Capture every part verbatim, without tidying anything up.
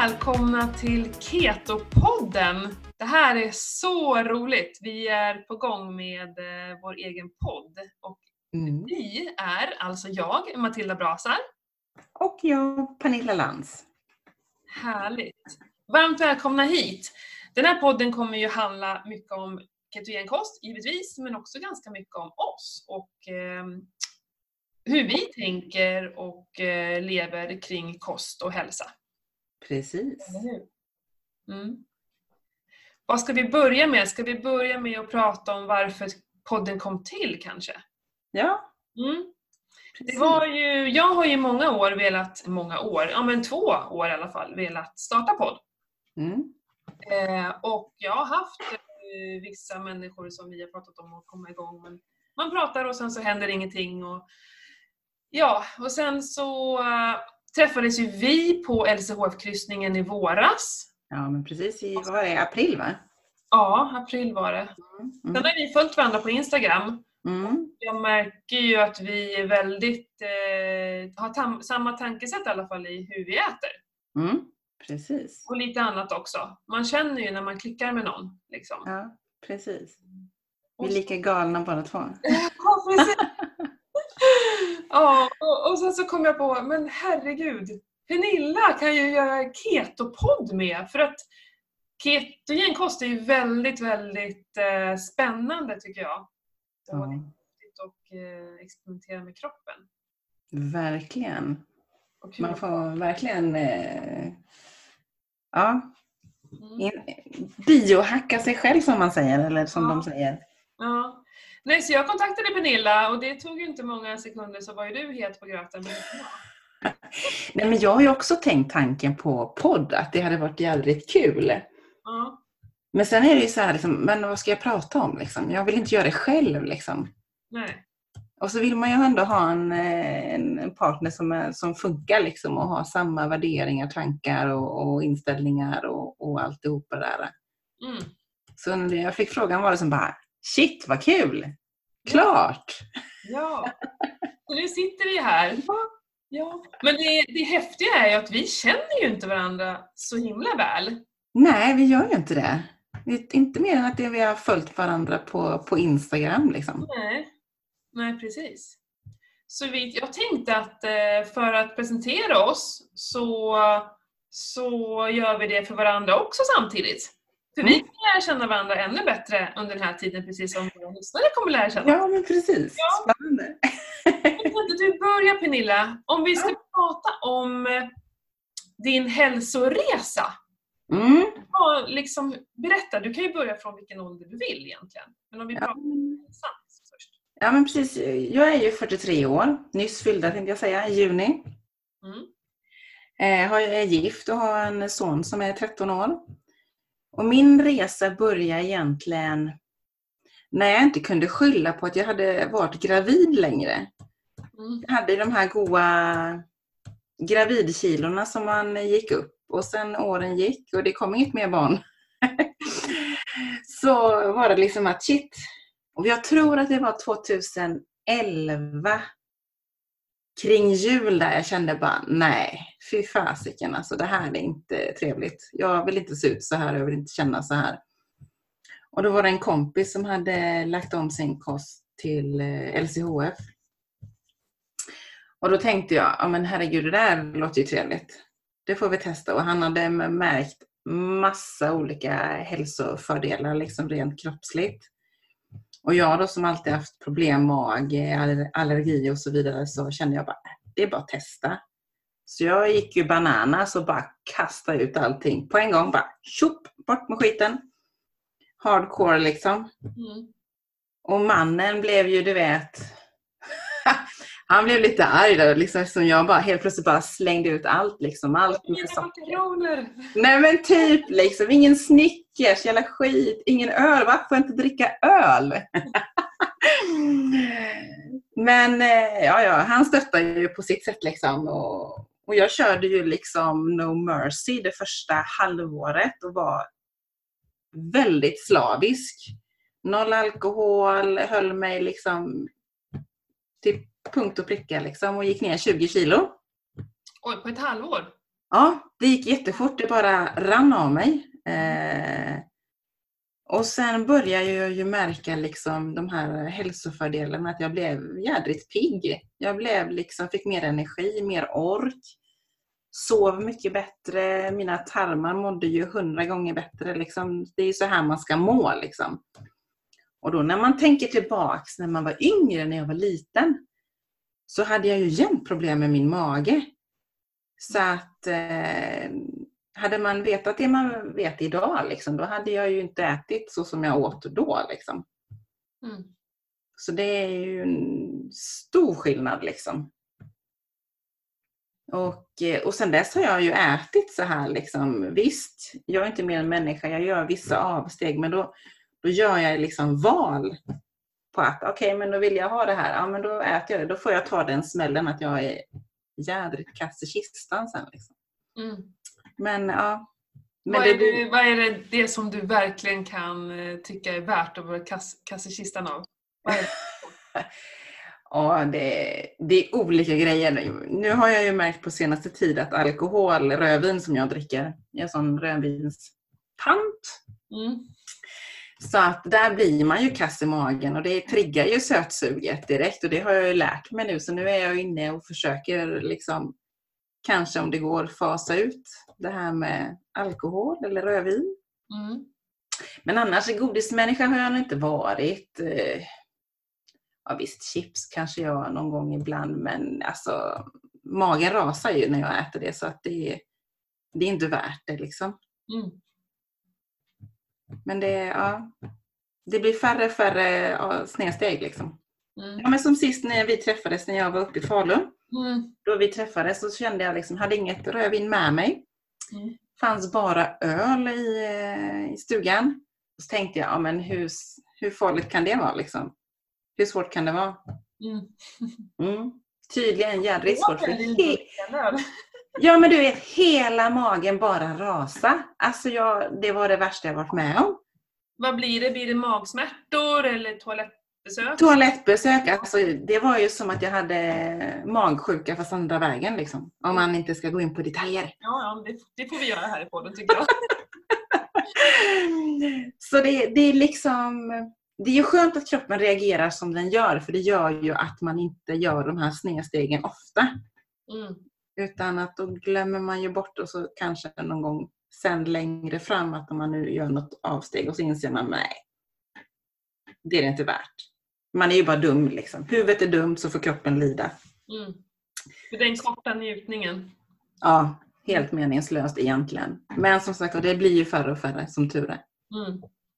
välkomna till Keto-podden. Det här är så roligt. Vi är på gång med eh, vår egen podd. Och mm. vi är alltså jag, Matilda Brasar. Och jag, Pernilla Lantz. Härligt. Varmt välkomna hit. Den här podden kommer ju handla mycket om ketogenkost, givetvis, men också ganska mycket om oss och eh, hur vi tänker och eh, lever kring kost och hälsa. Precis. Mm. Vad ska vi börja med? Ska vi börja med att prata om varför podden kom till kanske? Ja. Mm. Det var ju, jag har ju många år velat, många år, ja men två år i alla fall, velat starta podd. Mm. Eh, och jag har haft eh, vissa människor som vi har pratat om att komma igång. Men man pratar och sen så händer ingenting. Och, ja, och sen så äh, träffades ju vi på L C H F-kryssningen i våras. Ja, men precis i, vad var det, april va? Ja, april var det. Mm. Sen har vi följt varandra på Instagram. Mm. Jag märker ju att vi är väldigt, eh, har tam- samma tankesätt i alla fall i hur vi äter. Mm. Precis. Och lite annat också. Man känner ju när man klickar med någon. Liksom. Ja, precis. Vi är lika galna båda två. Ja, precis. Ja, och, och sen så kom jag på, men herregud, Pernilla kan ju göra keto-podd med. För att ketogenkost är ju väldigt, väldigt eh, spännande tycker jag. Ja. Och, och eh, experimentera med kroppen. Verkligen. Man får verkligen eh, ja, in, biohacka sig själv som man säger, eller som ja. de säger. Ja. Nej, så jag kontaktade Pernilla och det tog ju inte många sekunder så var ju du helt på gröten. Nej, men jag har ju också tänkt tanken på podd, att det hade varit jävligt kul. Ja. Men sen är det ju så här, liksom, men vad ska jag prata om liksom? Jag vill inte göra det själv liksom. Nej. Och så vill man ju ändå ha en, en partner som, är, som funkar liksom och har samma värderingar, tankar och, och inställningar och, och alltihopa där. Mm. Så när jag fick frågan var det som bara, shit vad kul! Klart! Ja, så nu sitter vi här. Ja. Men det, det häftiga är ju att vi känner ju inte varandra så himla väl. Nej, vi gör ju inte det. Det är inte mer än att det vi har följt varandra på, på Instagram liksom. Nej. Nej, precis. Så vi, jag tänkte att för att presentera oss så, så gör vi det för varandra också samtidigt. För mm. vi kan lära känna varandra ännu bättre under den här tiden, precis som våra lyssnare kommer lära känna. Ja, men precis. Ja. Spännande. Men du börjar, Pernilla. Om vi ska ja. prata om din hälsoresa. Mm. Ja, liksom, berätta, du kan ju börja från vilken ålder du vill egentligen. Men om vi ja. pratar om hälsan först. Ja, men precis. Jag är ju fyrtiotre år. Nyss fyllda, tänkte jag säga, i juni. Mm. Eh, jag är gift och har en son som är tretton år. Och min resa började egentligen när jag inte kunde skylla på att jag hade varit gravid längre. Mm. Jag hade de här goda gravidkilorna som man gick upp. Och sen åren gick och det kom inget mer barn. Så var det liksom att shit. Och jag tror att det var tjugoelva kring jul där jag kände bara nej, fy fasiken, alltså det här är inte trevligt. Jag vill inte se ut så här, jag vill inte känna så här. Och då var det en kompis som hade lagt om sin kost till L C H F. Och då tänkte jag, ja men herregud, det där låter ju trevligt. Det får vi testa. Och han hade märkt massa olika hälsofördelar, liksom rent kroppsligt. Och jag då som alltid haft problem, mag, allergi och så vidare, så kände jag bara, det är bara att testa. Så jag gick ju bananas och bara kastade ut allting på en gång. Bara tjopp, bort med skiten. Hardcore liksom. Mm. Och mannen blev ju, du vet, han blev lite arg där, liksom, som jag bara helt plötsligt bara slängde ut allt liksom, allt med socker. Nej men typ liksom, ingen Snickers, jävla skit, ingen öl, varför får jag inte dricka öl? Men ja, ja, han stöttade ju på sitt sätt liksom, och, och jag körde ju liksom No Mercy det första halvåret och var väldigt slavisk. Noll alkohol, höll mig liksom till punkt och pricka liksom och gick ner tjugo kilo. Oj, på ett halvår? Ja, det gick jättefort. Det bara rann av mig. Eh, och sen började jag ju märka liksom de här hälsofördelarna. Att jag blev jädrigt pigg. Jag blev liksom, fick mer energi, mer ork. Sov mycket bättre. Mina tarmar mådde ju hundra gånger bättre. Liksom. Det är ju så här man ska må. Liksom. Och då när man tänker tillbaks när man var yngre, när jag var liten. Så hade jag ju jämt problem med min mage. Så att eh, hade man vetat det man vet idag, liksom, då hade jag ju inte ätit så som jag åt då. Liksom. Mm. Så det är ju en stor skillnad. Liksom. Och, och sen dess har jag ju ätit så här. Liksom. Visst, jag är inte mer en människa, jag gör vissa avsteg. Men då, då gör jag liksom val på att okej, okay, men då vill jag ha det här. Ja, men då äter jag det. Då får jag ta den smällen att jag är jädrigt kass i kistan sen. Liksom. Mm. Men ja. Men vad, är det, det, vad är det, det som du verkligen kan tycka är värt att vara kass, kass i kistan av? Vad är det? Ja, det, det är olika grejer. Nu har jag ju märkt på senaste tid att alkohol, rödvin som jag dricker, jag är sån rödvinstant. Mm. Så att där blir man ju kass i magen och det triggar ju sötsuget direkt och det har jag ju lärt mig nu. Så nu är jag inne och försöker liksom, kanske om det går, fasa ut det här med alkohol eller rödvin. Mm. Men annars godismänniska har jag nog inte varit. Ja visst, chips kanske jag någon gång ibland, men alltså magen rasar ju när jag äter det så att det, det är inte värt det liksom. Mm. Men det, ja, det blir färre färre ja, snedsteg liksom. Mm. Ja, men som sist när vi träffades när jag var uppe i Falun. Mm. Då vi träffades så kände jag liksom, hade inget rödvin med mig. Mm. Fanns bara öl i, i stugan. Så tänkte jag, ja men hur, hur farligt kan det vara liksom? Hur svårt kan det vara? Mm. Mm. Tydligen jädrigt svårt. För he- öl. ja men du vet, hela magen bara rasa. Alltså jag, det var det värsta jag varit med om. Vad blir det? Blir det magsmärtor eller toalettbesök? Toalettbesök, alltså det var ju som att jag hade magsjuka fast andra vägen liksom. Om man inte ska gå in på detaljer. Ja, ja det, det får vi göra här i podden tycker jag. Så det, det är liksom, det är ju skönt att kroppen reagerar som den gör. För det gör ju att man inte gör de här snedstegen ofta. Mm. Utan att då glömmer man ju bort och så kanske någon gång sen längre fram att om man nu gör något avsteg och så inser man nej. Det är det inte värt. Man är ju bara dum liksom. Huvudet är dumt så får kroppen lida. Mm. För den korta njutningen. Ja, helt meningslöst egentligen. Men som sagt, det blir ju färre och färre som tur är. Mm.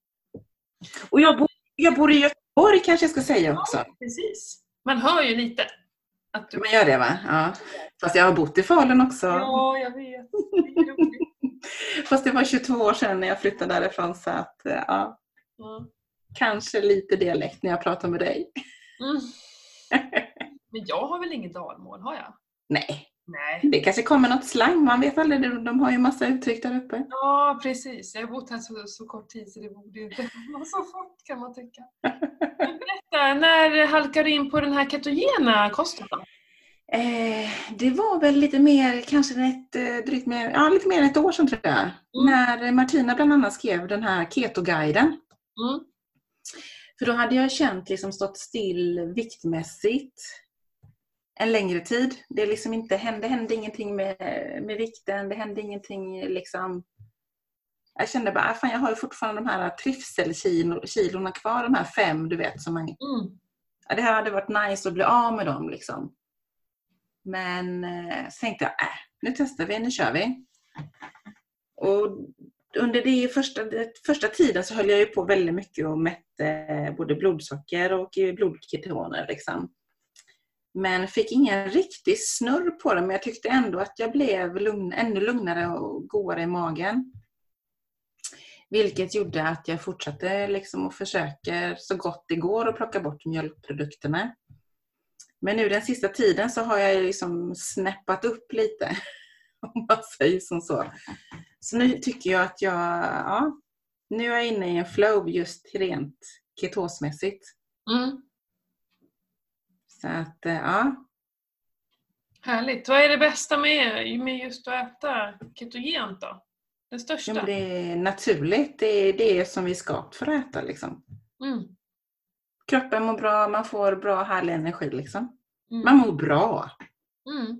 Och jag bor, jag bor i Göteborg kanske jag ska säga också. Ja, precis. Man hör ju lite. Att du... Man gör det va? Ja. Fast jag har bott i Falun också. Ja, jag vet. Det är roligt. Fast det var tjugotvå år sedan när jag flyttade därifrån så att ja. Ja. Kanske lite dialekt när jag pratar med dig. Mm. Men jag har väl inget dalmål, har jag? Nej. Nej. Det kanske kommer något slang, man vet aldrig, de har ju massa uttryck där uppe. Ja, precis. Jag har bott här så, så kort tid så det borde inte vara så fort kan man tycka. Men berätta, när halkar du in på den här ketogena kosten då? Eh, det var väl lite mer, kanske ett, drygt mer, ja, lite mer än ett år sedan tror jag. Mm. När Martina bland annat skrev den här keto-guiden. Mm. För då hade jag känt liksom stått still viktmässigt en längre tid. Det liksom inte hände, det hände ingenting med, med vikten. Det hände ingenting liksom. Jag kände bara, fan jag har ju fortfarande de här trivselkilorna kvar. De här fem, du vet. Som man, Mm. ja, det här hade varit nice att bli av med dem liksom. Men eh, så tänkte jag, äh, nu testar vi, nu kör vi. Och under det första, det första tiden så höll jag ju på väldigt mycket och mätte både blodsocker och blodketoner liksom. Men fick ingen riktig snurr på det. Men jag tyckte ändå att jag blev lugn, ännu lugnare och godare i magen. Vilket gjorde att jag fortsatte liksom och försöker så gott det går att plocka bort mjölkprodukterna. Men nu den sista tiden så har jag liksom snäppat upp lite. Om man säger som så. Så nu tycker jag att jag, ja, nu är jag inne i en flow just rent ketosmässigt. Mm. Så att, ja. Härligt. Vad är det bästa med, med just att äta ketogent då? Det största? Ja, men det är naturligt. Det är det som vi är skapt för att äta liksom. Mm. Kroppen mår bra, man får bra härlig energi liksom. Mm. Man mår bra. Mm.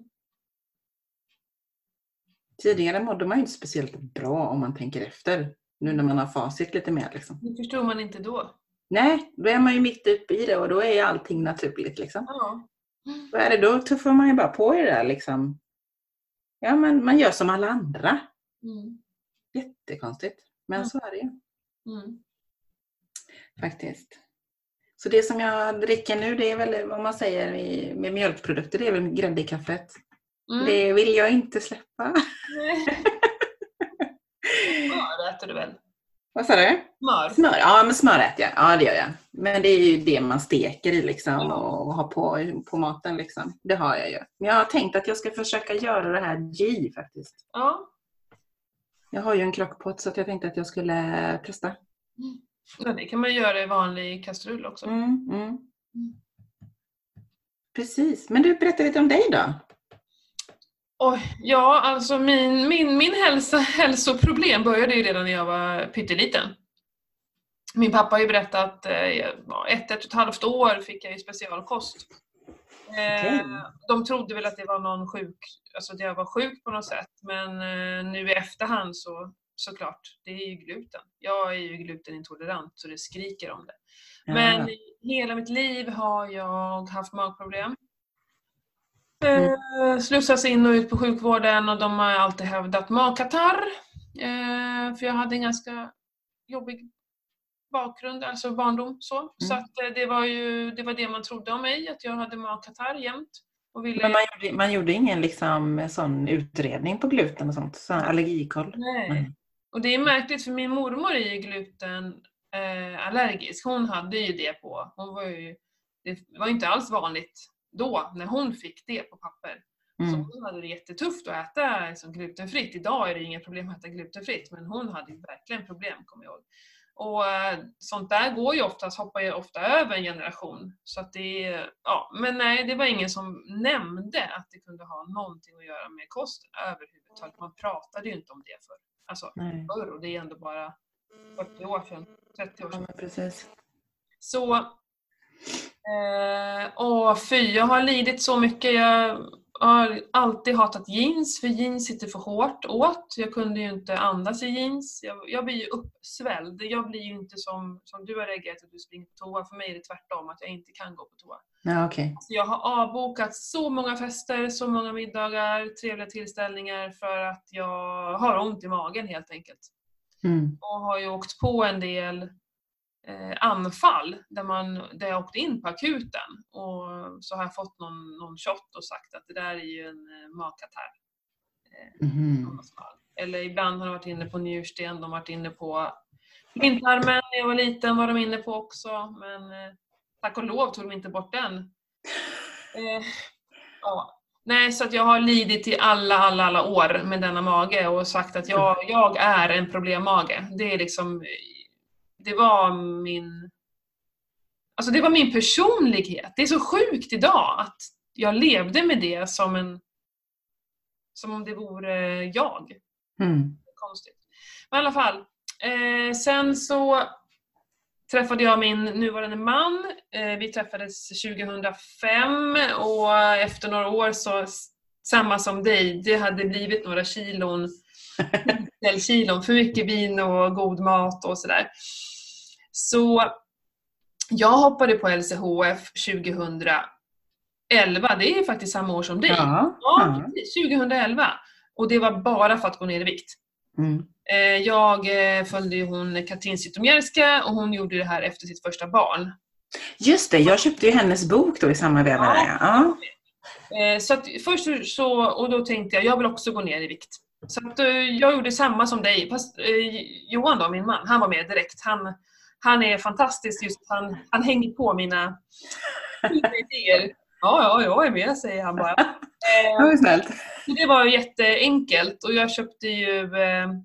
Tidigare mådde man ju inte speciellt bra om man tänker efter. Nu när man har facit lite mer liksom. Det förstod man inte då. Nej, då är man ju mitt uppe i det och då är allting naturligt liksom. Ja. Vad är det då? Tuffar man ju bara på i det där liksom. Ja, men man gör som alla andra. Mm. Jättekonstigt. Men Mm. så är det ju. Mm. Faktiskt. Så det som jag dricker nu, det är väl vad man säger med mjölkprodukter, det är väl grädde i kaffet. Mm. Det vill jag inte släppa. Smör äter du väl? Vad sa du? Smör. Smör, ja men smör äter jag. Ja, det gör jag. Men det är ju det man steker i liksom och har på, på maten liksom. Det har jag ju. Men jag har tänkt att jag ska försöka göra det här G faktiskt. Ja. Jag har ju en crockpot så att jag tänkte att jag skulle testa. Mm. Ja, det kan man göra i vanlig kastrull också. Mm, mm. Precis. Men du, berättar lite om dig då? Oj, ja, alltså min, min, min hälsa, hälsoproblem började ju redan när jag var pytteliten. Min pappa har ju berättat att eh, ett, ett och ett halvt år fick jag ju specialkost. Eh, Okay. De trodde väl att det var någon sjuk, alltså att jag var sjuk på något sätt. Men eh, nu i efterhand så såklart, det är ju gluten. Jag är ju glutenintolerant så det skriker om det. Ja. Men i hela mitt liv har jag haft magproblem. Mm. Slussas in och ut på sjukvården och de har alltid hävdat magkatarr. Eh, för jag hade en ganska jobbig bakgrund, alltså barndom. Så, mm. så att, eh, det, var ju, det var det man trodde om mig, att jag hade magkatarr jämt. Och ville... Men man gjorde, man gjorde ingen liksom, sån utredning på gluten och sånt? Sån allergikoll? Nej. Mm. Och det är märkligt för min mormor är ju gluten eh, allergisk. Hon hade ju det på. Hon var ju, det var ju inte alls vanligt då när hon fick det på papper. Mm. Så hon hade det jättetufft att äta liksom, glutenfritt. Idag är det inga problem att äta glutenfritt, men hon hade ju verkligen problem, kommer jag ihåg. Och äh, sånt där går ju oftast, hoppar ju ofta över en generation. Så att det ja, men nej, det var ingen som nämnde att det kunde ha någonting att göra med kosten överhuvudtaget. Man pratade ju inte om det förr. Alltså nej. Förr, och det är ändå bara fyrtio år sedan, trettio år sedan. Ja, precis. Så Eh, och fy, jag har lidit så mycket. Jag har alltid hatat jeans, för jeans sitter för hårt åt. Jag kunde ju inte andas i jeans. Jag, jag blir ju uppsvälld. Jag blir ju inte som, som du har reagerat att du springer på toa. För mig är det tvärtom, att jag inte kan gå på toa. Ja, okay. Så jag har avbokat så många fester, så många middagar, trevliga tillställningar för att jag har ont i magen helt enkelt. Mm. Och har ju åkt på en del Eh, anfall där, man, där jag åkte in på akuten och så har jag fått någon, någon shot och sagt att det där är ju en eh, magkatarr. Eh, mm. Eller ibland har de varit inne på njursten, de har varit inne på blindtarmen när jag var liten, var de inne på också, men eh, tack och lov tog de inte bort den. Eh, ja. Nej, så att jag har lidit i alla, alla, alla år med denna mage och sagt att jag, jag är en problemmage. Det är liksom Det var min alltså det var min personlighet. Det är så sjukt idag att jag levde med det som en som om det vore jag. Mm. Konstigt. Men i alla fall eh, sen så träffade jag min nuvarande man. Eh, vi träffades tjugohundrafem och efter några år så samma som dig, det hade blivit några kilon kilon för mycket vin och god mat och sådär. Så jag hoppade på L C H F tjugohundraelva. Det är faktiskt samma år som dig. Ja, ja, ja. tjugohundraelva. Och det var bara för att gå ner i vikt. Mm. Jag följde ju hon Katrin Zytomierska och hon gjorde det här efter sitt första barn. Just det, jag köpte ju hennes bok då i samma veva. Ja. Ja. Så att först så, och då tänkte jag, jag vill också gå ner i vikt. Så att jag gjorde samma som dig. Fast eh, Johan då, min man, han var med direkt. Han, han är fantastisk, just han, han hänger på mina, mina idéer. Ja, ja, jag är med, säger han bara. Eh, det var snällt. Det var jätteenkelt och jag köpte ju eh, eh,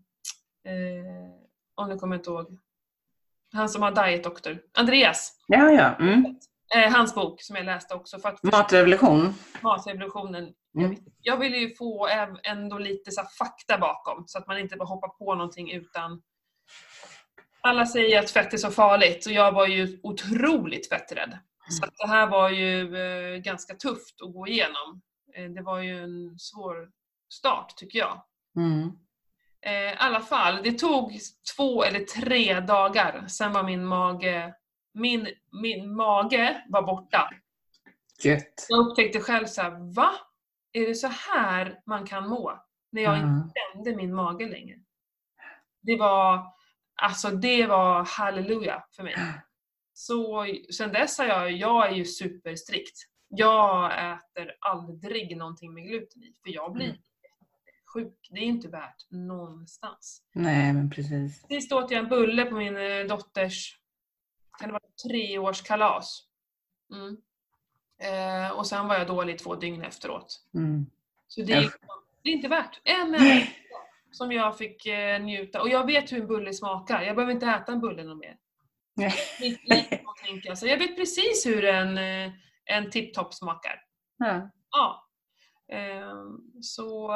om du kommer inte ihåg han som har diet doktor, Andreas. Ja, ja. Mm. Eh, hans bok som jag läste också. För att Matrevolution. Matrevolutionen. Mm. Jag ville ju få ändå lite så här fakta bakom. Så att man inte bara hoppar på någonting utan... Alla säger att fett är så farligt. Och jag var ju otroligt fetträdd. Så att det här var ju eh, ganska tufft att gå igenom. Eh, det var ju en svår start tycker jag. Mm. Eh, I alla fall, det tog två eller tre dagar. Sen var min mage... Min, min mage var borta. Gött. Jag upptäckte själv så här, va? Är det så här man kan må? När jag Mm. inte kände min mage längre. Det var, alltså det var halleluja för mig. Så sen dess har jag, jag är ju superstrikt. Jag äter aldrig någonting med gluten i. För jag blir mm. sjuk. Det är inte värt någonstans. Nej, men precis. Sist åt jag en bulle på min dotters, kan det vara tre års kalas. Mm. Eh, och sen var jag dålig två dygn efteråt. Mm. Så det är, det är inte värt. En enda som jag fick eh, njuta. Och jag vet hur en bulle smakar. Jag behöver inte äta en bulle någon mer. Lite, alltså, jag vet precis hur en, en tip-top smakar. Ja. Ja. Eh, så...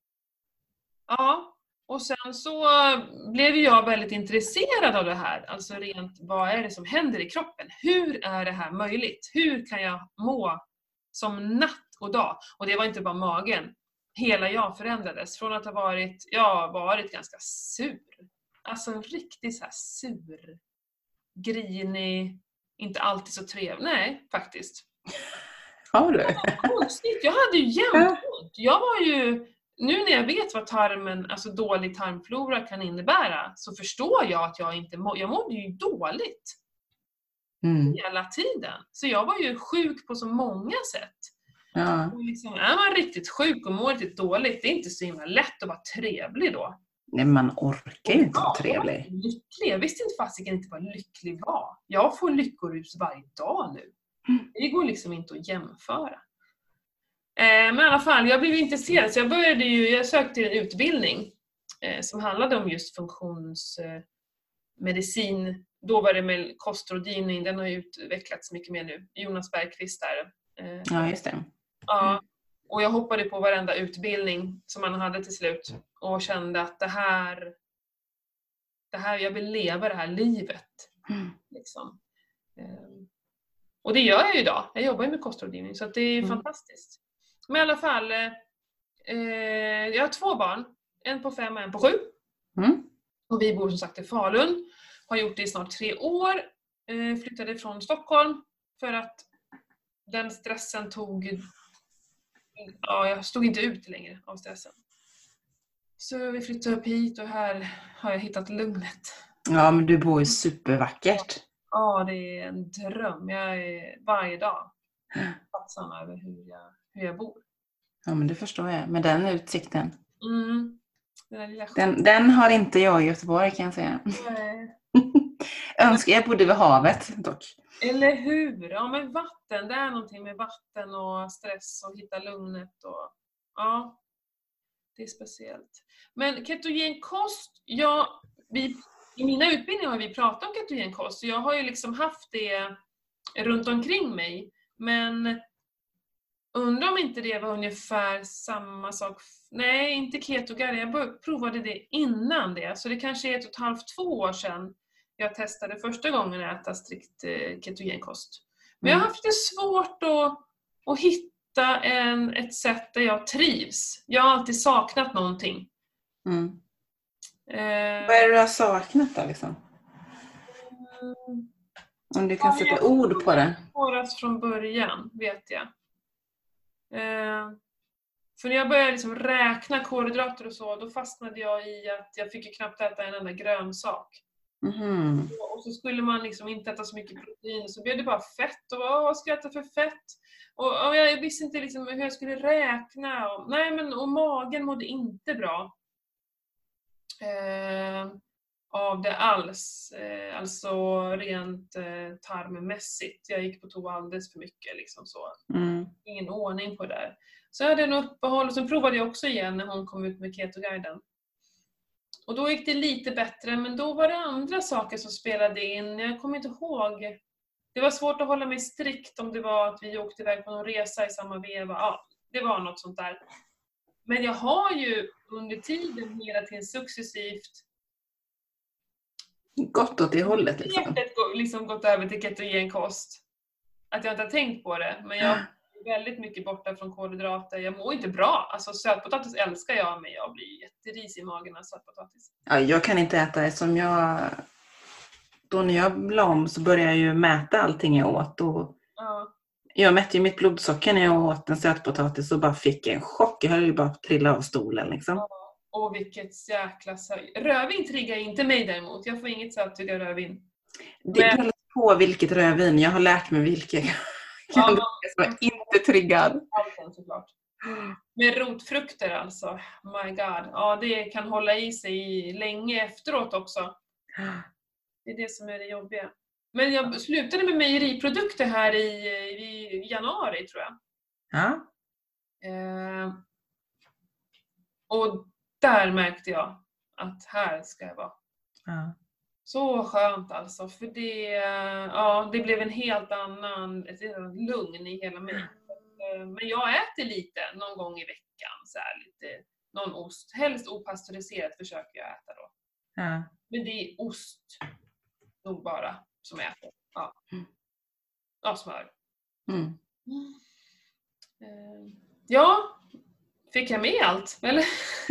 Ja. Och sen så blev jag väldigt intresserad av det här. Alltså rent, vad är det som händer i kroppen? Hur är det här möjligt? Hur kan jag må som natt och dag? Och det var inte bara magen. Hela jag förändrades. Från att ha varit, jag har varit ganska sur. Alltså en riktigt så här sur. Grinig. Inte alltid så trevlig. Nej, faktiskt. Har du? Det var konstigt. Jag hade ju jämt ont. Jag var ju... Nu när jag vet vad tarmen, alltså dålig tarmflora kan innebära, så förstår jag att jag inte må, jag mådde ju dåligt mm. hela tiden. Så jag var ju sjuk på så många sätt. Ja. Och liksom, är man riktigt sjuk och mår riktigt dåligt, det är inte så himla lätt att vara trevlig då. Nej, man orkar ju inte ja, vara trevlig. Jag var lycklig. Jag visste inte fasiken inte vad lycklig var. Jag får lyckorus varje dag nu. Mm. Det går liksom inte att jämföra. Men i alla fall, jag blev intresserad så jag började ju, jag sökte en utbildning eh, som handlade om just funktionsmedicin. Eh, Då var det med kostrådgivning, den har ju utvecklats mycket mer nu. Jonas Bergqvist där. Eh, ja, just det. Ja, och jag hoppade på varenda utbildning som man hade till slut och kände att det här, det här jag vill leva det här livet. Mm. Liksom. Eh, och det gör jag ju idag. Jag jobbar ju med kostrådgivning så att det är mm. fantastiskt. Men i alla fall, eh, jag har två barn. En på fem och en på sju. Mm. Och vi bor som sagt i Falun. Har gjort det i snart tre år. Eh, flyttade från Stockholm för att den stressen tog... Ja, jag stod inte ut längre av stressen. Så vi flyttade upp hit och här har jag hittat lugnet. Ja, men du bor ju supervackert. Ja, det är en dröm. Jag är varje dag tacksam över hur jag... hur jag bor. Ja, men det förstår jag. Med den utsikten. Mm. Den, den, den har inte jag i Göteborg kan jag säga. Nej. Önskar jag bodde vid havet dock. Eller hur? Ja, men vatten. Det är någonting med vatten och stress och hitta lugnet. Och, ja, det är speciellt. Men ketogen kost, ja, vi, i mina utbildningar har vi pratat om ketogen kost. Så jag har ju liksom haft det runt omkring mig. Men undrar om inte det var ungefär samma sak. Nej, inte ketogar. Jag provade det innan det. Så det kanske är ett och ett halvt, två år sedan jag testade första gången att äta strikt ketogenkost. Men jag har haft det svårt att, att hitta en, ett sätt där jag trivs. Jag har alltid saknat någonting. Mm. Eh, Vad är det du har saknat då liksom? Mm, Om du kan sätta ja, ord på det. Svårast från början, vet jag. Eh, för när jag började liksom räkna kolhydrater och så, då fastnade jag i att jag fick ju knappt äta en enda grönsak. Mm. Och, och så skulle man liksom inte äta så mycket protein, så blev det bara fett. Och vad ska jag äta för fett? Och, och jag visste inte liksom hur jag skulle räkna. Och, nej, men och magen mådde inte bra. Eh, av det alls. Eh, alltså rent eh, tarmmässigt. Jag gick på toa alldeles för mycket. Liksom så. Mm. Ingen ordning på det där. Så jag hade en uppehåll och sen provade jag också igen när hon kom ut med Ketoguiden. Och då gick det lite bättre, men då var det andra saker som spelade in. Jag kommer inte ihåg. det var svårt att hålla mig strikt om det var att vi åkte iväg på någon resa i samma veva. Ja, det var något sånt där. Men jag har ju under tiden hela tiden successivt gått åt det hållet liksom. liksom gått över till ketogen kost. Att jag inte har tänkt på det. Men jag är väldigt mycket borta från kolhydrater. Jag mår inte bra. Alltså sötpotatis älskar jag, men jag blir jätteris i magen av sötpotatis. Ja, jag kan inte äta det som jag... Då när jag la om så började jag ju mäta allting jag åt. Och ja. Jag mätte ju mitt blodsocker när jag åt en sötpotatis och bara fick en chock. Jag höll ju bara trilla av stolen liksom. Ja. Och vilket jäkla sö- Rödvin triggar inte mig däremot. Jag får inget söttyg av rödvin. Det beror men... på vilket rödvin. Jag har lärt mig vilka kan ja, som är inte triggad. Alltid, såklart. Med rotfrukter alltså. My god. Ja, det kan hålla i sig länge efteråt också. Det är det som är det jobbiga. Men jag slutade med mejeriprodukter här i, i januari tror jag. Ja. Eh, och där märkte jag att här ska jag vara. Ja. Så skönt alltså. För det, ja, det blev en helt annan ett lugn i hela mig. Men jag äter lite någon gång i veckan. Så här, lite, någon ost. Helst opastöriserat försöker jag äta då. Ja. Men det är ost nog bara som jag äter. Ja, ja smör. Mm. Mm. Ja, fick jag med allt, eller?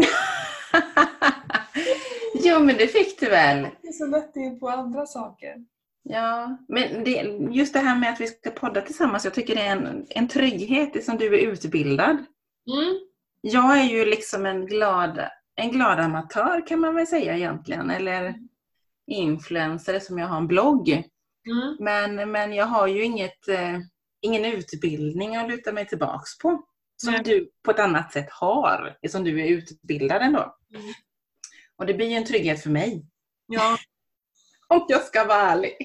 Jo, men det fick du väl. Det är så lätt in på andra saker. Ja, men det, just det här med att vi ska podda tillsammans, jag tycker det är en, en trygghet som du är utbildad. Mm. Jag är ju liksom en glad, en glad amatör kan man väl säga egentligen, eller influencer som jag har en blogg. Mm. Men, men jag har ju inget, eh, ingen utbildning att luta mig tillbaks på. Som Nej. Du på ett annat sätt har, som du är utbildad ändå. Mm. Och det blir ju en trygghet för mig. Ja. Om jag ska vara ärlig.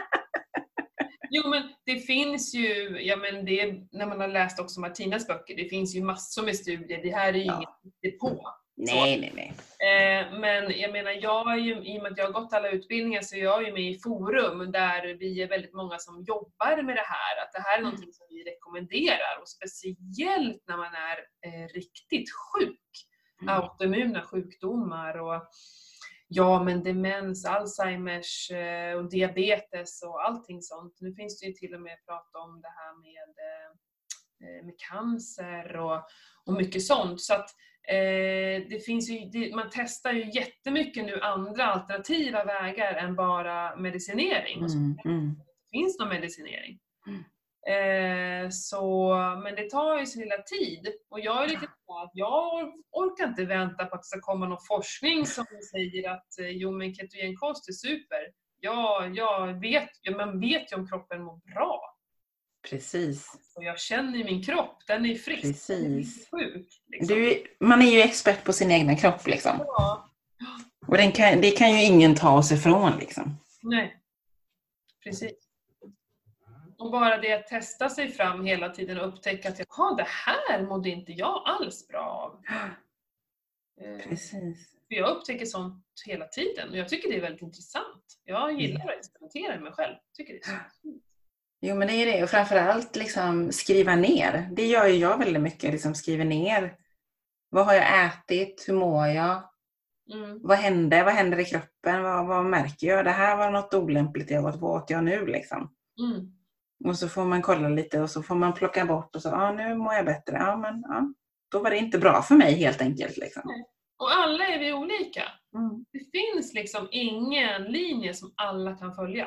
Jo, men det finns ju, ja men det, när man har läst också Martinas böcker, det finns ju massor med studier. Det här är ju Ja. inget på. Nej, nej, nej. Eh, men jag menar, jag är ju, i och med att jag har gått alla utbildningar så är jag ju med i forum där vi är väldigt många som jobbar med det här. Att det här är någonting som vi rekommenderar, och speciellt när man är eh, riktigt sjuk. Mm. Autoimmuna sjukdomar och ja, men demens, Alzheimers eh, och diabetes och allting sånt. Nu finns det ju till och med prata om det här med, eh, med cancer och, och mycket sånt. Så att Eh, det finns ju, det, man testar ju jättemycket nu andra alternativa vägar än bara medicinering. Mm, mm. Det finns någon medicinering. Mm. Eh, så, men det tar ju sin lilla tid. Och jag är lite så att jag orkar inte vänta på att det ska komma någon forskning som säger att eh, jo men ketogenkost är super. Ja, jag vet, ja, man vet ju om kroppen mår bra. Precis. Och jag känner i min kropp, den är frisk. Precis. Den är sjuk. Liksom. Du, man är ju expert på sin egna kropp liksom. Ja. Och den kan, det kan ju ingen ta oss ifrån liksom. Nej. Precis. Och bara det att testa sig fram hela tiden och upptäcka att jaha, det här mådde inte jag alls bra av. Precis. För jag upptäcker sånt hela tiden och jag tycker det är väldigt intressant. Jag gillar att experimentera med mig själv. Tycker det är så. Jo, men det är det. Och framförallt liksom skriva ner. Det gör ju jag väldigt mycket. Liksom skriver ner. Vad har jag ätit? Hur mår jag? Mm. Vad händer? Vad händer i kroppen? Vad, vad märker jag? Det här var något olämpligt. Jag vad åt jag nu liksom? Mm. Och så får man kolla lite och så får man plocka bort och så, ja ah, nu mår jag bättre. Ja, men ja, då var det inte bra för mig helt enkelt liksom. Nej. Och alla är vi olika. Mm. Det finns liksom ingen linje som alla kan följa.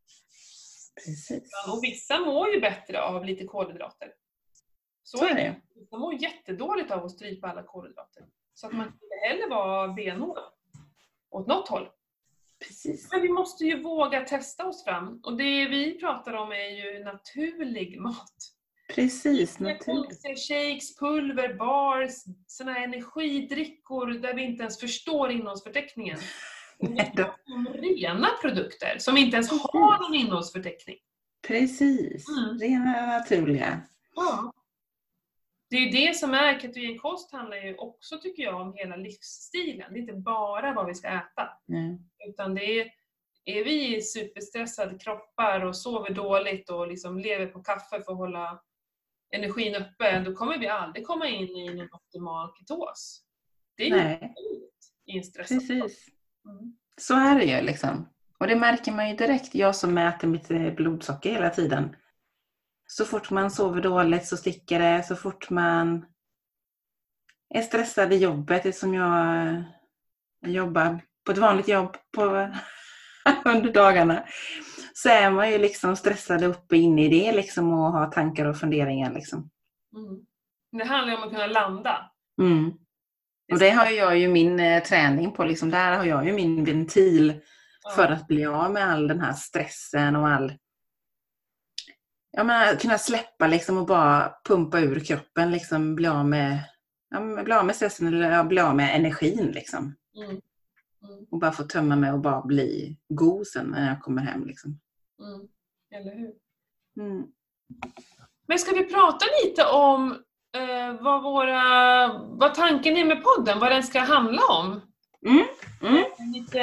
Precis. Och vissa mår ju bättre av lite kolhydrater. Så, så är det. Vissa mår jättedåligt av att strypa alla kolhydrater. Så att man inte heller vara benhård åt något håll. Precis. Men vi måste ju våga testa oss fram. Och det vi pratar om är ju naturlig mat. Precis, naturligt. Shakes, pulver, bars, såna här energidrickor där vi inte ens förstår innehållsförteckningen. Nej då. Rena produkter som inte ens Precis. Har någon innehållsförteckning. Precis, mm. Rena naturliga. Ja. Det är ju det som är ketogenkost, handlar ju också tycker jag om hela livsstilen. Det är inte bara vad vi ska äta. Mm. Utan det är är vi superstressade kroppar och sover dåligt och liksom lever på kaffe för att hålla energin uppe, då kommer vi aldrig komma in i en optimal ketos. Det är Nej. ju i en stressad kropp. Precis. Mm. Så är det ju liksom. Och det märker man ju direkt. Jag som mäter mitt blodsocker hela tiden. Så fort man sover dåligt så sticker det. Så fort man är stressad i jobbet, som jag jobbar på ett vanligt jobb på under dagarna, så är man ju liksom stressad uppe inne i det liksom, och har tankar och funderingar liksom. Mm. Det handlar ju om att kunna landa. Mm. Och det har jag ju min eh, träning på liksom. Där har jag ju min ventil Ja. för att bli av med all den här stressen och all, jag menar, kunna släppa liksom och bara pumpa ur kroppen liksom, bli av med ja, bli av med stressen eller bli av med energin liksom. Mm. Mm. Och bara få tömma mig och bara bli god sen när jag kommer hem liksom. Mm. Eller hur? Mm. Men ska vi prata lite om eh, vad våra vad tanken är med podden, vad den ska handla om? Mm. Mm. Lite,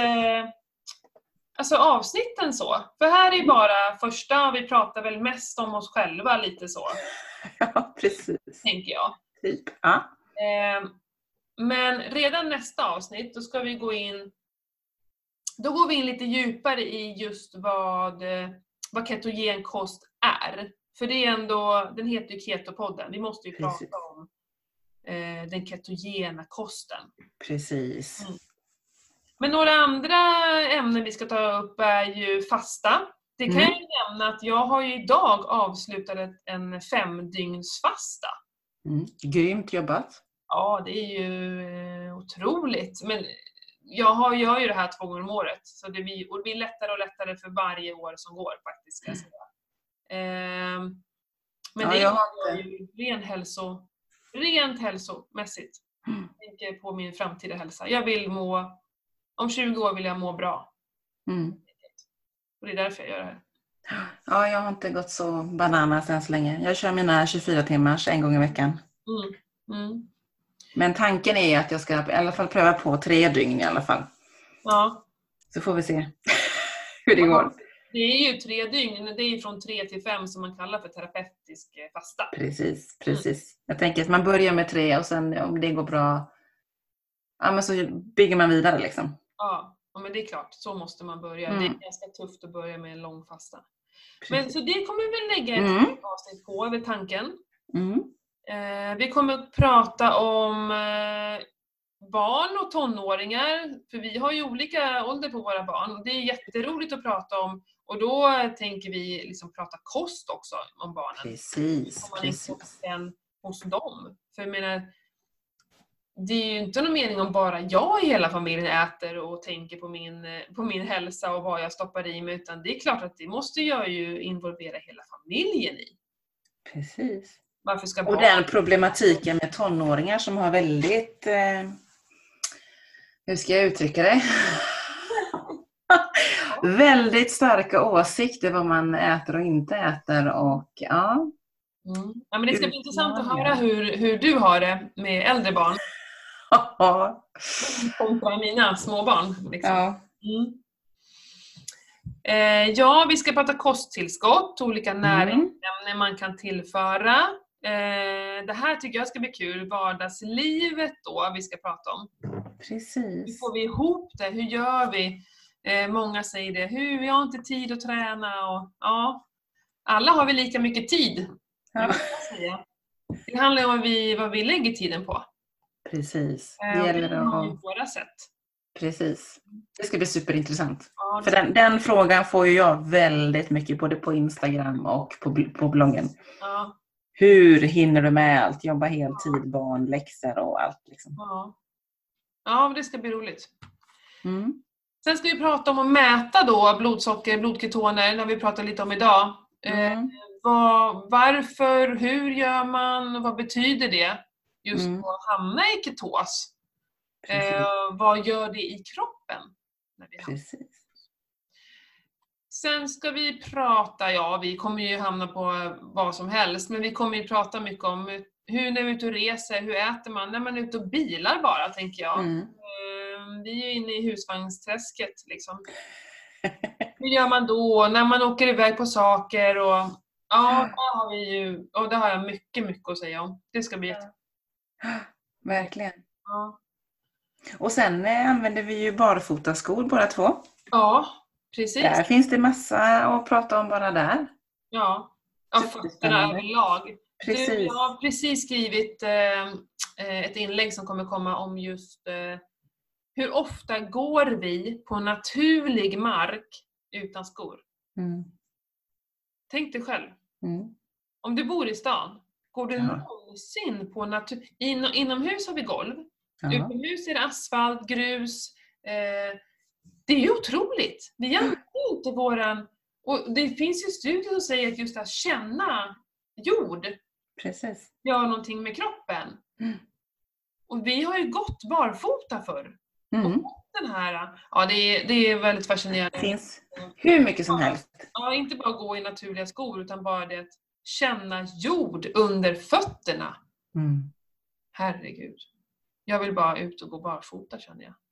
alltså avsnitten så. För här är bara första, vi pratar väl mest om oss själva lite så. Ja, precis. Tänker jag. Typ. Ja. Eh, men redan nästa avsnitt, då ska vi gå in då går vi in lite djupare i just vad, vad ketogen kost är. För det är ändå, den heter ju Ketopodden. Vi måste ju Precis. prata om eh, den ketogena kosten. Precis. Mm. Men några andra ämnen vi ska ta upp är ju fasta. Det kan Mm. jag ju nämna att jag har ju idag avslutat en femdygnsfasta. Mm. Grymt jobbat. Ja, det är ju eh, otroligt. Men jag har, gör ju det här två gånger om året. Så det blir, och det blir lättare och lättare för varje år som går faktiskt. Ska jag säga. Eh, men Ja, det jag är har ju ren hälso, rent hälsomässigt. Mm. Jag tänker på min framtida hälsa. Jag vill må, om tjugo år vill jag må bra. Mm. Och det är därför jag gör det här. Ja, jag har inte gått så bananas än så länge. Jag kör mina tjugofyra timmars en gång i veckan. Mm. Mm. Men tanken är att jag ska i alla fall pröva på tre dygn i alla fall. Ja. Så får vi se hur det går. Det är ju tre dygn, det är från tre till fem som man kallar för terapeutisk fasta. Precis, precis. Jag tänker att man börjar med tre och sen om det går bra, ja, men så bygger man vidare liksom. Ja, men det är klart, så måste man börja. Mm. Det är ganska tufft att börja med en lång fasta. Precis. Men så det kommer vi väl lägga ett Mm. avsnitt på, över tanken. Mm. Eh, vi kommer att prata om eh, barn och tonåringar, för vi har ju olika ålder på våra barn. Det är jätteroligt att prata om, och då tänker vi liksom prata kost också om barnen. Precis, Om man precis. är kosten hos dem. För jag menar, det är ju inte någon mening om bara jag i hela familjen äter och tänker på min, på min hälsa och vad jag stoppar i mig, utan det är klart att det måste jag ju involvera hela familjen i. Precis. Varför ska Och barn... den problematiken med tonåringar som har väldigt, eh, hur ska jag uttrycka det? väldigt starka åsikter vad man äter och inte äter. Och ja. Mm. Ja, men det ska bli intressant att höra hur, hur du har det med äldre barn. Kontra mina småbarn. Liksom. Ja. Mm. Eh, ja, vi ska prata kosttillskott, olika näringsämnen man kan tillföra. Eh, det här tycker jag ska bli kul. Vardagslivet då vi ska prata om. Precis. Hur får vi ihop det? Hur gör vi? Eh, många säger det. Hur, vi har inte tid att träna. Och, ja, alla har vi lika mycket tid. Ja. Säga. Det handlar om vad vi, vad vi lägger tiden på. Precis. Eh, Det gäller det har vi att... våra sätt. Precis. Det ska bli superintressant. Ja, För den, den frågan får ju jag väldigt mycket både på Instagram och på, på bloggen. Ja. Hur hinner du med allt? Jobba heltid, barn, läxor och allt. Liksom. Ja. Ja, det ska bli roligt. Mm. Sen ska vi prata om att mäta då blodsocker, blodketoner, när vi pratar lite om idag. Mm. Eh, var, varför, hur gör man, vad betyder det just Mm. att hamna i ketos? Precis. Eh, vad gör det i kroppen? När vi hamnar? Precis. Sen ska vi prata, ja vi kommer ju hamna på vad som helst, men vi kommer ju prata mycket om hur när vi är ute och reser, hur äter man när man är ute och bilar bara, tänker jag. Mm. Eh, vi är ju inne i husvagnsträsket liksom. Hur gör man då när man åker iväg på saker? Och ja, där har vi ju, och det har jag mycket, mycket att säga om. Det ska bli jätte... Verkligen. Ja. Och sen eh, använder vi ju barfotaskor båda två. Ja, precis. Där finns det massa att prata om bara där. Ja, ja fötterna överlag. Precis. Du, jag har precis skrivit eh, ett inlägg som kommer komma om just eh, hur ofta går vi på naturlig mark utan skor? Mm. Tänk dig själv. Mm. Om du bor i stan, går du Ja. någonsin på natur... In, inomhus har vi golv. Ja. Utomhus är det asfalt, grus. Eh, det är ju otroligt. Vi använder inte våran... Och det finns ju studier som säger att just att känna jord Precis. gör någonting med kroppen. Mm. Och vi har ju gått barfota förr. Mm. Och den här, ja det är, det är väldigt fascinerande. Det finns hur mycket som helst. Ja, inte bara gå i naturliga skor utan bara det att känna jord under fötterna. Mm. Herregud. Jag vill bara ut och gå barfota, känner jag.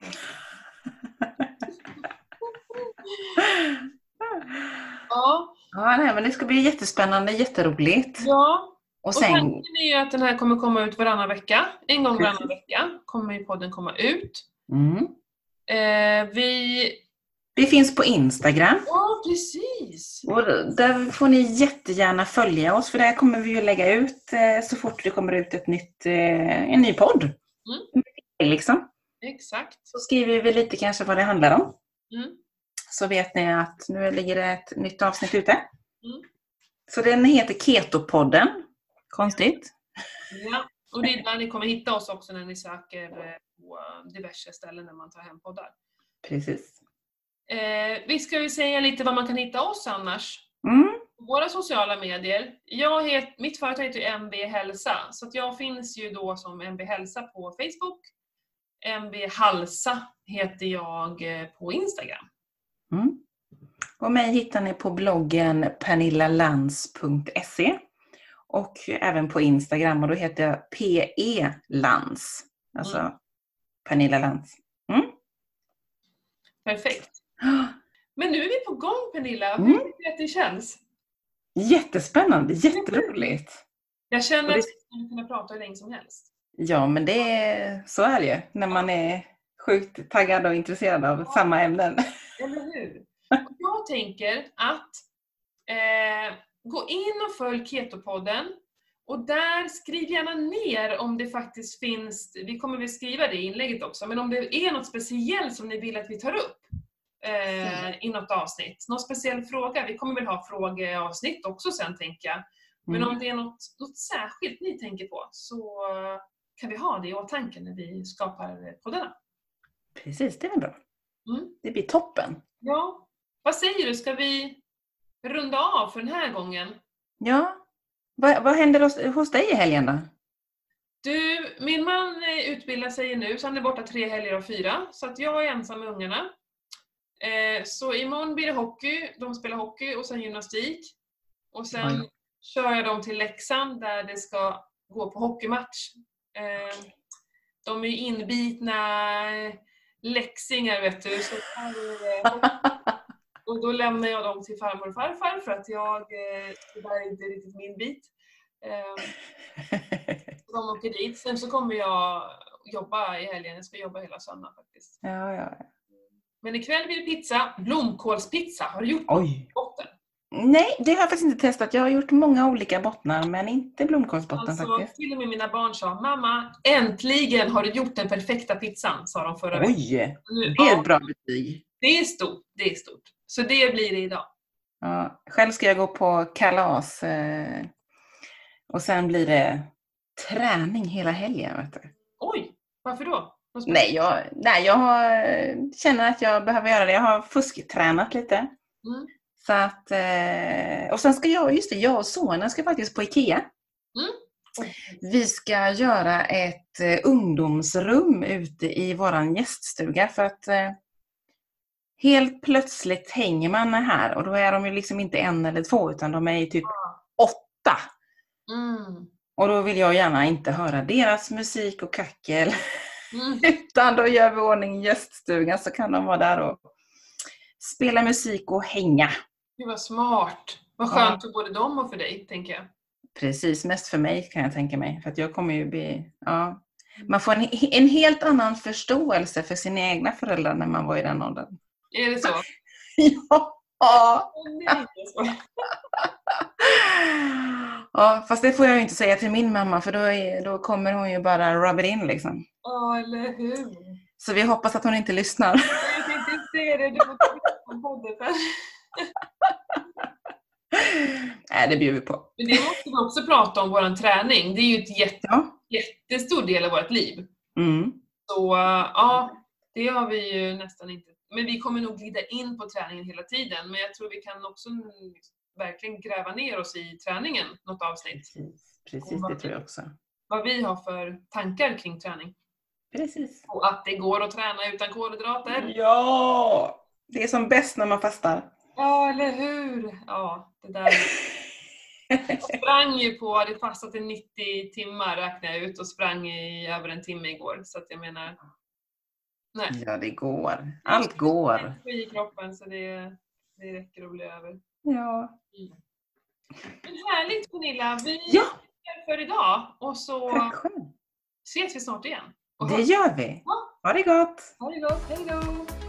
Ja. Ja, nej, men det ska bli jättespännande, jätteroligt. Ja. Och Och sen, tanken är ju att den här kommer komma ut varannan vecka. En gång varannan Precis. vecka kommer ju podden komma ut. mm. Eh, vi... Vi finns på Instagram. Ja, precis. Och där får ni jättegärna följa oss, för där kommer vi ju lägga ut eh, så fort det kommer ut ett nytt, eh, en ny podd. Mm. Liksom. Exakt. Så skriver vi lite kanske vad det handlar om. Mm. Så vet ni att nu ligger det ett nytt avsnitt ute. Mm. Så den heter Keto-podden. Konstigt. Ja, och det är där ni kommer hitta oss också när ni söker eh, på diverse ställen när man tar hem poddar. Precis. Eh, vi ska ju säga lite vad man kan hitta oss annars. Mm. Våra sociala medier. Jag het, mitt företag heter ju M B Hälsa. Så att jag finns ju då som M B Hälsa på Facebook. M B Halsa heter jag eh, på Instagram. Mm. Och mig hittar ni på bloggen pernillalans punkt se. Och även på Instagram, och då heter jag P E Lans. Alltså Mm. Pernilla Lans. Mm. Perfekt. Men nu är vi på gång, Pernilla. Hur Mm. tycker du att det känns? Jättespännande, jätteroligt. Jag känner Och det- att vi skulle kunna prata hur länge som helst. Ja, men det är, så är det ju när man är sjukt taggad och intresserad av samma ämnen. Eller hur? Och jag tänker att eh, gå in och följ Keto-podden. Och där skriv gärna ner om det faktiskt finns, vi kommer väl skriva det i inlägget också, men om det är något speciellt som ni vill att vi tar upp eh, i något avsnitt. Någon speciell fråga, vi kommer väl ha frågeavsnitt också sen tänker jag. Men Mm. om det är något, något särskilt ni tänker på så kan vi ha det i åtanke när vi skapar poddarna. Precis, det är väl bra. Mm. Det blir toppen. Ja, vad säger du? Ska vi runda av för den här gången? Ja, vad, vad händer hos, hos dig i helgen då? Du, min man eh, utbildar sig nu så han är borta tre helger av fyra. Så att jag är ensam med ungarna. Eh, så imorgon blir det hockey. De spelar hockey och sen gymnastik. Och sen Oj. kör jag dem till Leksand där det ska gå på hockeymatch. Eh, de är ju inbitna läxingar vet du. Så här är det. Och då lämnar jag dem till farmor och farfar för att jag, eh, det där är inte riktigt min bit. Eh, de åker dit. Sen så kommer jag jobba i helgen. Jag ska jobba hela söndagen faktiskt. Ja, ja. Men ikväll blir det pizza. Blomkålspizza. Har du gjort Oj. botten? Nej, det har jag faktiskt inte testat. Jag har gjort många olika bottnar, men inte blomkålsbotten Alltså, faktiskt. till och med mina barn sa, mamma, äntligen har du gjort den perfekta pizzan, sa de förra veckan. Oj, Nu, det är ja, ett bra betyg. det är stort, det är stort. Så det blir det idag. Ja, själv ska jag gå på kalas. Eh, och sen blir det träning hela helgen. Vet du. Oj, varför då? Vad spännande. Nej, jag, nej, jag har, känner att jag behöver göra det. Jag har fusktränat lite. Mm. Så att, eh, och sen ska jag, just det, jag och sonen ska faktiskt på Ikea. Mm. Vi ska göra ett eh, ungdomsrum ute i våran gäststuga för att eh, helt plötsligt hänger man här och då är de ju liksom inte en eller två utan de är ju typ åtta. Mm. Och då vill jag gärna inte höra deras musik och kackel Mm. utan då gör vi ordning i gäststugan så kan de vara där och spela musik och hänga. Det var smart. Vad skönt för både dem och för dig, tänker jag. Precis, mest för mig kan jag tänka mig. För att jag kommer ju bli... Ja. Man får en, en helt annan förståelse för sina egna föräldrar när man var i den åldern. Är det så? Ja. Oh, nej, det är så. Ja, fast det får jag ju inte säga till min mamma, för då, är, då kommer hon ju bara rub it in liksom. Ja, eller hur? Så vi hoppas att hon inte lyssnar. Jag tänkte se det, du måste lyssna på det för. Nej, det bjuder vi på. Men det måste vi också prata om, vår träning. Det är ju ett jätte, Ja. jättestor del av vårt liv. Mm. Så ja, det har vi ju nästan inte. Men vi kommer nog glida in på träningen hela tiden. Men jag tror vi kan också verkligen gräva ner oss i träningen något avsnitt. Precis, Precis det tror jag också. Vad vi har för tankar kring träning. Precis. Och att det går att träna utan kolhydrater. Ja, det är som bäst när man fastar. Ja, eller hur? Ja, det där. Jag sprang ju på, hade fastat i nittio timmar räknade jag ut och sprang i över en timme igår. Så att jag menar, nej. Ja, det går. Allt går. I kroppen så det, det räcker att bli över. Ja. Mm. Men härligt Pernilla, vi Ja. är för idag och så Tack själv. ses vi snart igen. Och Det gör vi. Ha det gott. Ha det gott, hej då!